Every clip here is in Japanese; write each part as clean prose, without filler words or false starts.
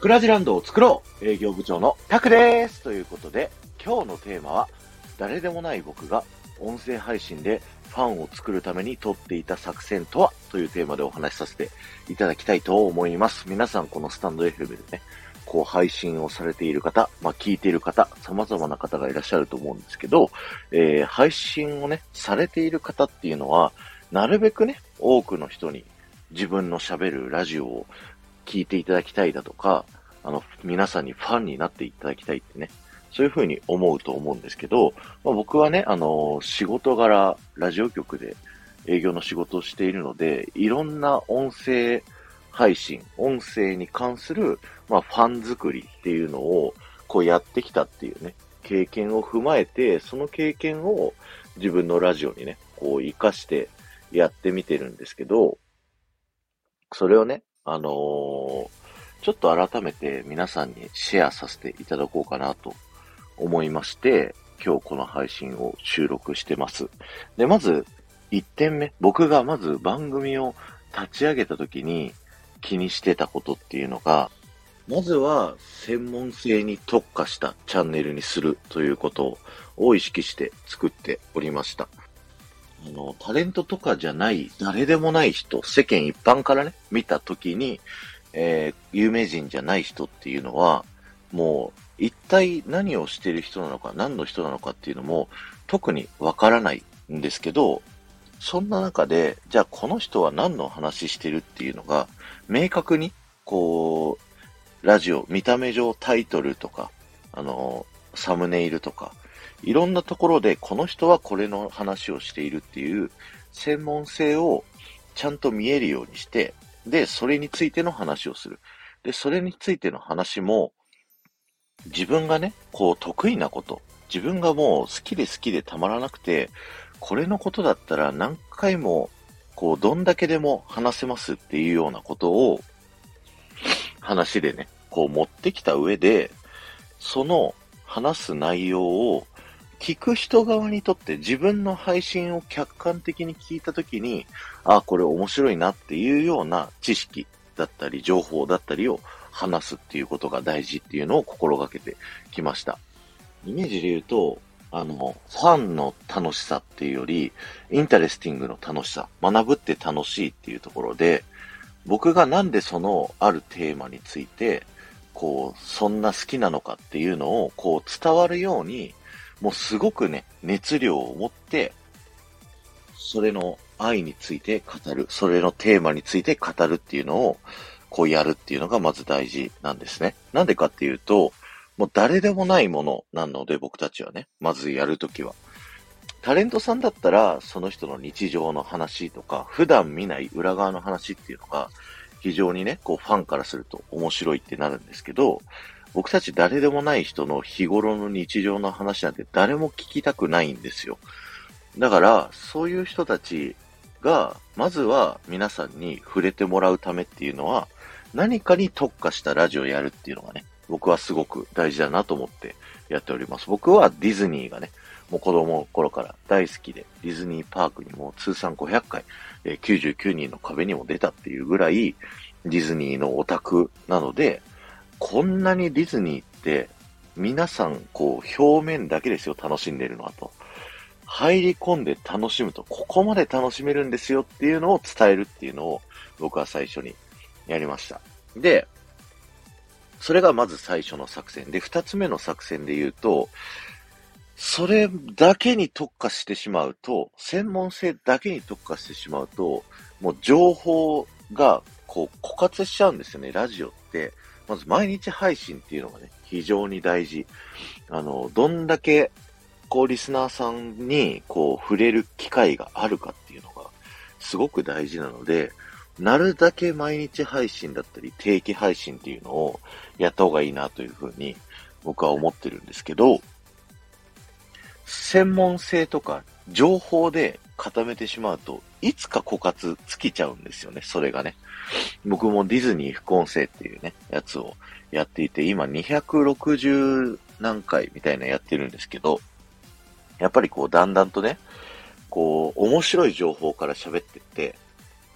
クラジランドを作ろう営業部長のタクです。ということで、今日のテーマは、誰でもない僕が音声配信でファンを作るために取っていた作戦とはというテーマでお話しさせていただきたいと思います。皆さんこのスタンド FM でね、配信をされている方、聞いている方、様々な方がいらっしゃると思うんですけど、配信をね、されている方っていうのは、なるべくね、多くの人に自分の喋るラジオを聞いていただきたいだとか、皆さんにファンになっていただきたいってね、そういうふうに思うと思うんですけど、僕はね、仕事柄、ラジオ局で営業の仕事をしているので、いろんな音声配信、音声に関する、ファン作りっていうのを、やってきたっていうね、経験を踏まえて、その経験を自分のラジオにね、活かしてやってみてるんですけど、それをね、ちょっと改めて皆さんにシェアさせていただこうかなと思いまして、今日この配信を収録してます。で、まず、1点目。僕がまず番組を立ち上げた時に気にしてたことっていうのが、まずは専門性に特化したチャンネルにするということを意識して作っておりました。タレントとかじゃない、誰でもない人、世間一般からね、見た時に、有名人じゃない人っていうのは、もう、一体何をしてる人なのか、何の人なのかっていうのも、特にわからないんですけど、そんな中で、じゃあこの人は何の話してるっていうのが、明確に、ラジオ、見た目上タイトルとか、サムネイルとか、いろんなところでこの人はこれの話をしているっていう専門性をちゃんと見えるようにして、で、それについての話をする。で、それについての話も、自分がね、得意なこと、自分がもう好きで好きでたまらなくて、これのことだったら何回も、どんだけでも話せますっていうようなことを、話でね、持ってきた上で、その話す内容を聞く人側にとって自分の配信を客観的に聞いたときに、これ面白いなっていうような知識だったり情報だったりを話すっていうことが大事っていうのを心がけてきました。イメージで言うと、ファンの楽しさっていうより、インタレスティングの楽しさ、学ぶって楽しいっていうところで、僕がなんでそのあるテーマについて、そんな好きなのかっていうのを、伝わるように、もうすごくね、熱量を持って、それの愛について語る、それのテーマについて語るっていうのを、やるっていうのがまず大事なんですね。なんでかっていうと、もう誰でもないものなので僕たちはね、まずやるときは。タレントさんだったら、その人の日常の話とか、普段見ない裏側の話っていうのが、非常にね、ファンからすると面白いってなるんですけど、僕たち誰でもない人の日頃の日常の話なんて誰も聞きたくないんですよ。だから、そういう人たちが、まずは皆さんに触れてもらうためっていうのは、何かに特化したラジオをやるっていうのがね、僕はすごく大事だなと思ってやっております。僕はディズニーがね、もう子供の頃から大好きで、ディズニーパークにも通算500回、99人の壁にも出たっていうぐらい、ディズニーのオタクなので、こんなにディズニーって、皆さん、表面だけですよ、楽しんでるのはと。入り込んで楽しむと、ここまで楽しめるんですよっていうのを伝えるっていうのを、僕は最初にやりました。で、それがまず最初の作戦で、二つ目の作戦で言うと、それだけに特化してしまうと、専門性だけに特化してしまうと、もう情報が枯渇しちゃうんですよね。ラジオって、まず毎日配信っていうのがね、非常に大事。どんだけ、リスナーさんに、触れる機会があるかっていうのが、すごく大事なので、なるだけ毎日配信だったり、定期配信っていうのをやった方がいいなというふうに、僕は思ってるんですけど、専門性とか情報で固めてしまうと、いつか枯渇尽きちゃうんですよね、それがね。僕もディズニー副音声っていうね、やつをやっていて、今260何回みたいなやってるんですけど、やっぱりだんだんとね、面白い情報から喋ってって、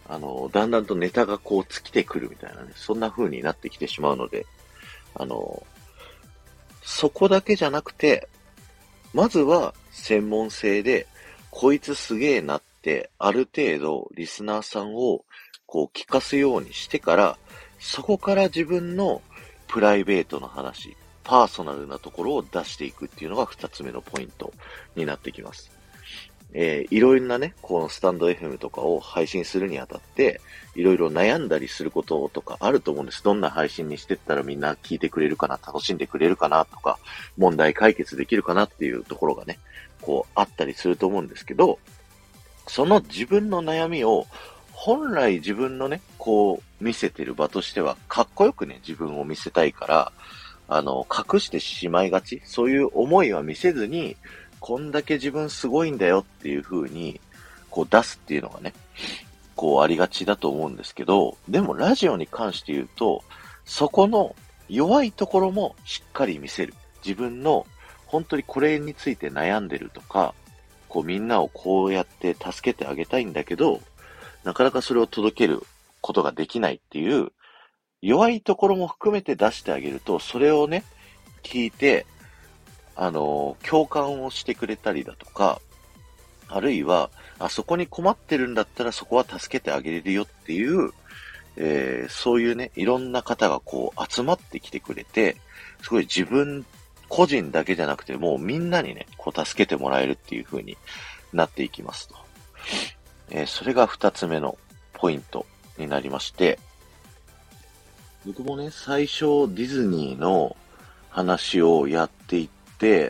だんだんとネタがこう尽きてくるみたいなね、そんな風になってきてしまうので、あの、そこだけじゃなくて、まずは専門性で、こいつすげえなって、ある程度リスナーさんをこう聞かすようにしてから、そこから自分のプライベートの話、パーソナルなところを出していくっていうのが二つ目のポイントになってきます。いろいろなね、このスタンド FM とかを配信するにあたって、いろいろ悩んだりすることとかあると思うんです。どんな配信にしてったらみんな聞いてくれるかな、楽しんでくれるかなとか、問題解決できるかなっていうところがね、こうあったりすると思うんですけど、その自分の悩みを本来自分のね、こう見せてる場としては、かっこよくね、自分を見せたいから、隠してしまいがち。そういう思いは見せずに、こんだけ自分すごいんだよっていう風に、こう出すっていうのがね、こうありがちだと思うんですけど、でもラジオに関して言うと、そこの弱いところもしっかり見せる。自分の本当にこれについて悩んでるとか、こうみんなをこうやって助けてあげたいんだけど、なかなかそれを届けることができないっていう弱いところも含めて出してあげると、それをね、聞いて、共感をしてくれたりだとか、あるいは、あそこに困ってるんだったらそこは助けてあげれるよっていう、そういうね、いろんな方がこう集まってきてくれて、すごい自分個人だけじゃなくて、もうみんなにね、こう助けてもらえるっていう風になっていきますと。それが二つ目のポイントになりまして、僕もね、最初ディズニーの話をやっていって、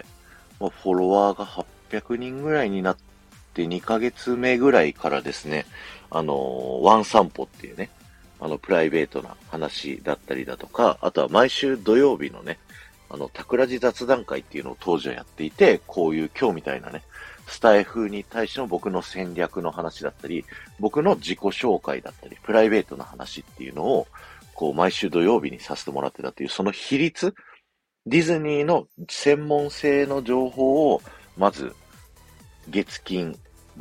フォロワーが800人ぐらいになって2ヶ月目ぐらいからですね、ワン散歩っていうね、プライベートな話だったりだとか、あとは毎週土曜日のね、タクラジ雑談会っていうのを当時はやっていて、こういう今日みたいなね、スタイフに対しての僕の戦略の話だったり、僕の自己紹介だったり、プライベートな話っていうのを、こう毎週土曜日にさせてもらってたっていう、その比率、ディズニーの専門性の情報を、まず、月金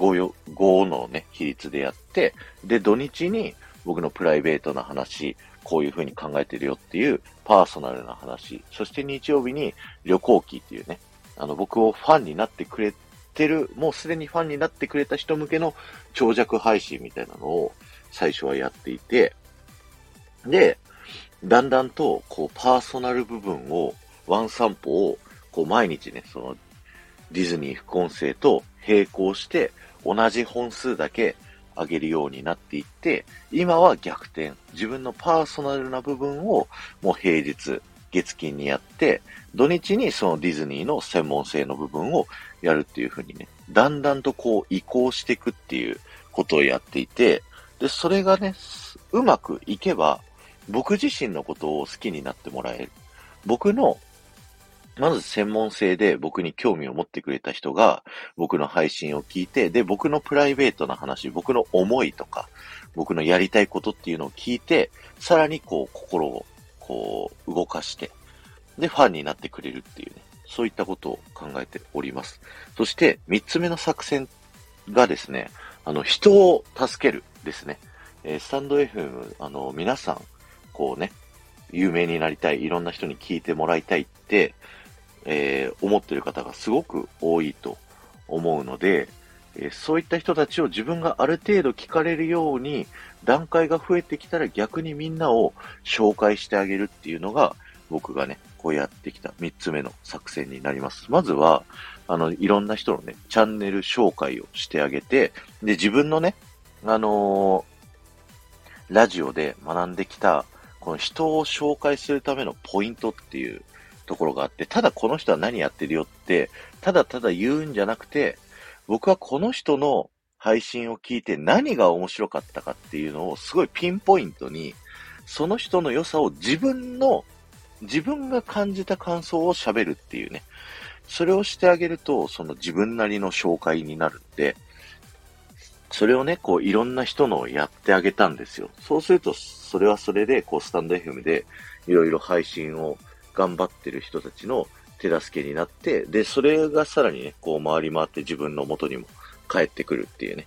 5のね、比率でやって、で、土日に僕のプライベートな話、こういう風に考えてるよっていうパーソナルな話、そして日曜日に旅行記っていうね、僕をファンになってくれてる、もうすでにファンになってくれた人向けの長尺配信みたいなのを最初はやっていて、で、だんだんと、こう、パーソナル部分を、ワン散歩を、こう、毎日ね、その、ディズニー副音声と並行して、同じ本数だけ上げるようになっていって、今は逆転。自分のパーソナルな部分を、もう平日、月金にやって、土日にそのディズニーの専門性の部分をやるっていう風にね、だんだんとこう移行していくっていうことをやっていて、で、それがね、うまくいけば、僕自身のことを好きになってもらえる。僕の、まず専門性で僕に興味を持ってくれた人が、僕の配信を聞いて、で、僕のプライベートな話、僕の思いとか、僕のやりたいことっていうのを聞いて、さらにこう、心を、こう、動かして、で、ファンになってくれるっていうね、そういったことを考えております。そして、三つ目の作戦がですね、人を助けるですね。スタンド FM、皆さん、こうね、有名になりたい、いろんな人に聞いてもらいたいって、思ってる方がすごく多いと思うので、そういった人たちを自分がある程度聞かれるように、段階が増えてきたら逆にみんなを紹介してあげるっていうのが、僕がね、こうやってきた3つ目の作戦になります。まずは、いろんな人のね、チャンネル紹介をしてあげて、で、自分のね、あのラジオで学んできた、この人を紹介するためのポイントっていうところがあって、ただこの人は何やってるよって、ただただ言うんじゃなくて、僕はこの人の配信を聞いて何が面白かったかっていうのをすごいピンポイントに、その人の良さを自分が感じた感想を喋るっていうね。それをしてあげると、その自分なりの紹介になるんで、それをね、こういろんな人のをやってあげたんですよ。そうすると、それはそれで、こうスタンド FM でいろいろ配信を頑張ってる人たちの手助けになって、で、それがさらにね、こう回り回って自分の元にも帰ってくるっていうね。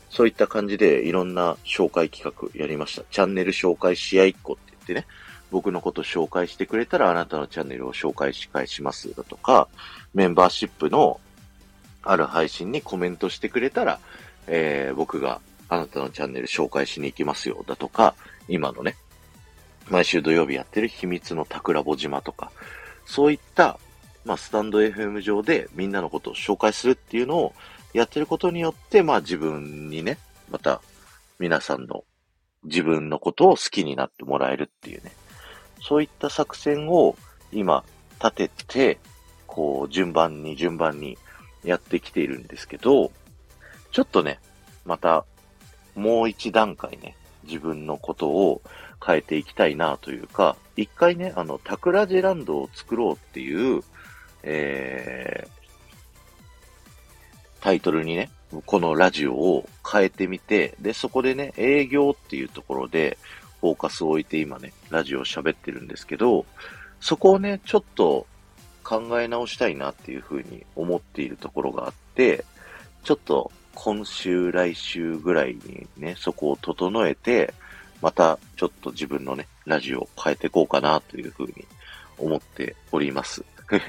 そういった感じでいろんな紹介企画やりました。チャンネル紹介試合1個って言ってね、僕のことを紹介してくれたらあなたのチャンネルを紹介しますだとか、メンバーシップのある配信にコメントしてくれたら、僕があなたのチャンネル紹介しに行きますよだとか、今のね、毎週土曜日やってる秘密の桜ぼ島とか、そういった、スタンド FM 上でみんなのことを紹介するっていうのをやってることによって、自分にね、また皆さんの自分のことを好きになってもらえるっていうね、そういった作戦を今立てて、順番にやってきているんですけど、ちょっとね、またもう一段階ね、自分のことを変えていきたいなというか、一回ね、タクラジランドを作ろうっていう、タイトルにね、このラジオを変えてみて、で、そこでね、営業っていうところで、フォーカスを置いて今ね、ラジオを喋ってるんですけど、そこをね、ちょっと考え直したいなっていうふうに思っているところがあって、ちょっと今週、来週ぐらいにね、そこを整えて、またちょっと自分のね、ラジオを変えていこうかなというふうに思っております。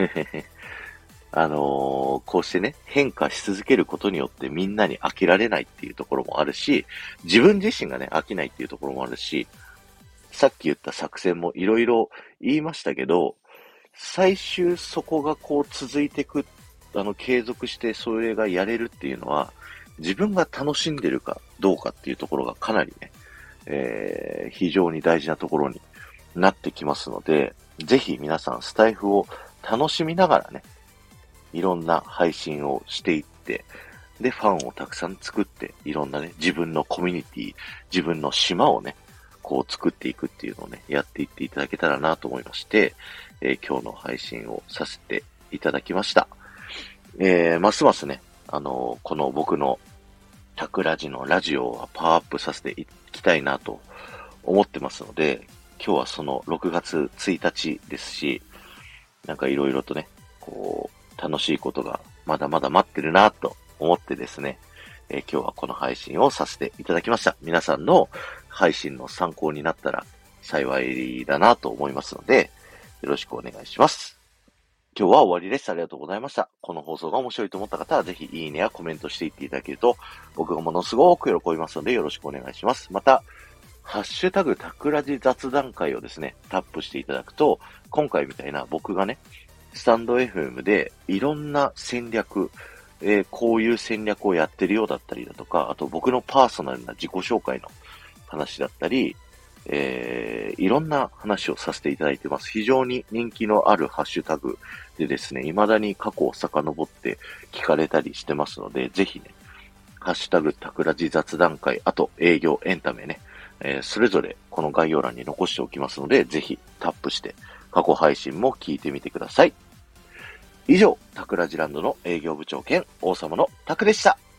こうしてね、変化し続けることによってみんなに飽きられないっていうところもあるし、自分自身がね、飽きないっていうところもあるし、さっき言った作戦もいろいろ言いましたけど、最終そこが続いていく、継続してそれがやれるっていうのは、自分が楽しんでるかどうかっていうところがかなりね、非常に大事なところになってきますので、ぜひ皆さんスタイフを楽しみながらね、いろんな配信をしていって、で、ファンをたくさん作って、いろんなね、自分のコミュニティ、自分の島をね、作っていくっていうのをね、やっていっていただけたらなと思いまして、今日の配信をさせていただきました。ますますね、この僕のタクラジのラジオをパワーアップさせていきたいなと思ってますので、今日はその6月1日ですし、なんかいろいろとね、楽しいことがまだまだ待ってるなと思ってですね、今日はこの配信をさせていただきました。皆さんの配信の参考になったら幸いだなと思いますので、よろしくお願いします。今日は終わりです。ありがとうございました。この放送が面白いと思った方は、ぜひいいねやコメントしていっていただけると、僕がものすごく喜びますので、よろしくお願いします。また、ハッシュタグタクラジ雑談会をですね、タップしていただくと、今回みたいな僕がね、スタンド FM でいろんな戦略、こういう戦略をやってるようだったりだとか、あと僕のパーソナルな自己紹介の話だったり、いろんな話をさせていただいてます。非常に人気のあるハッシュタグでですね、未だに過去を遡って聞かれたりしてますので、ぜひね、ハッシュタグタクラジ雑談会、あと営業エンタメね、それぞれこの概要欄に残しておきますので、ぜひタップして過去配信も聞いてみてください。以上、タクラジランドの営業部長兼王様のタクでした。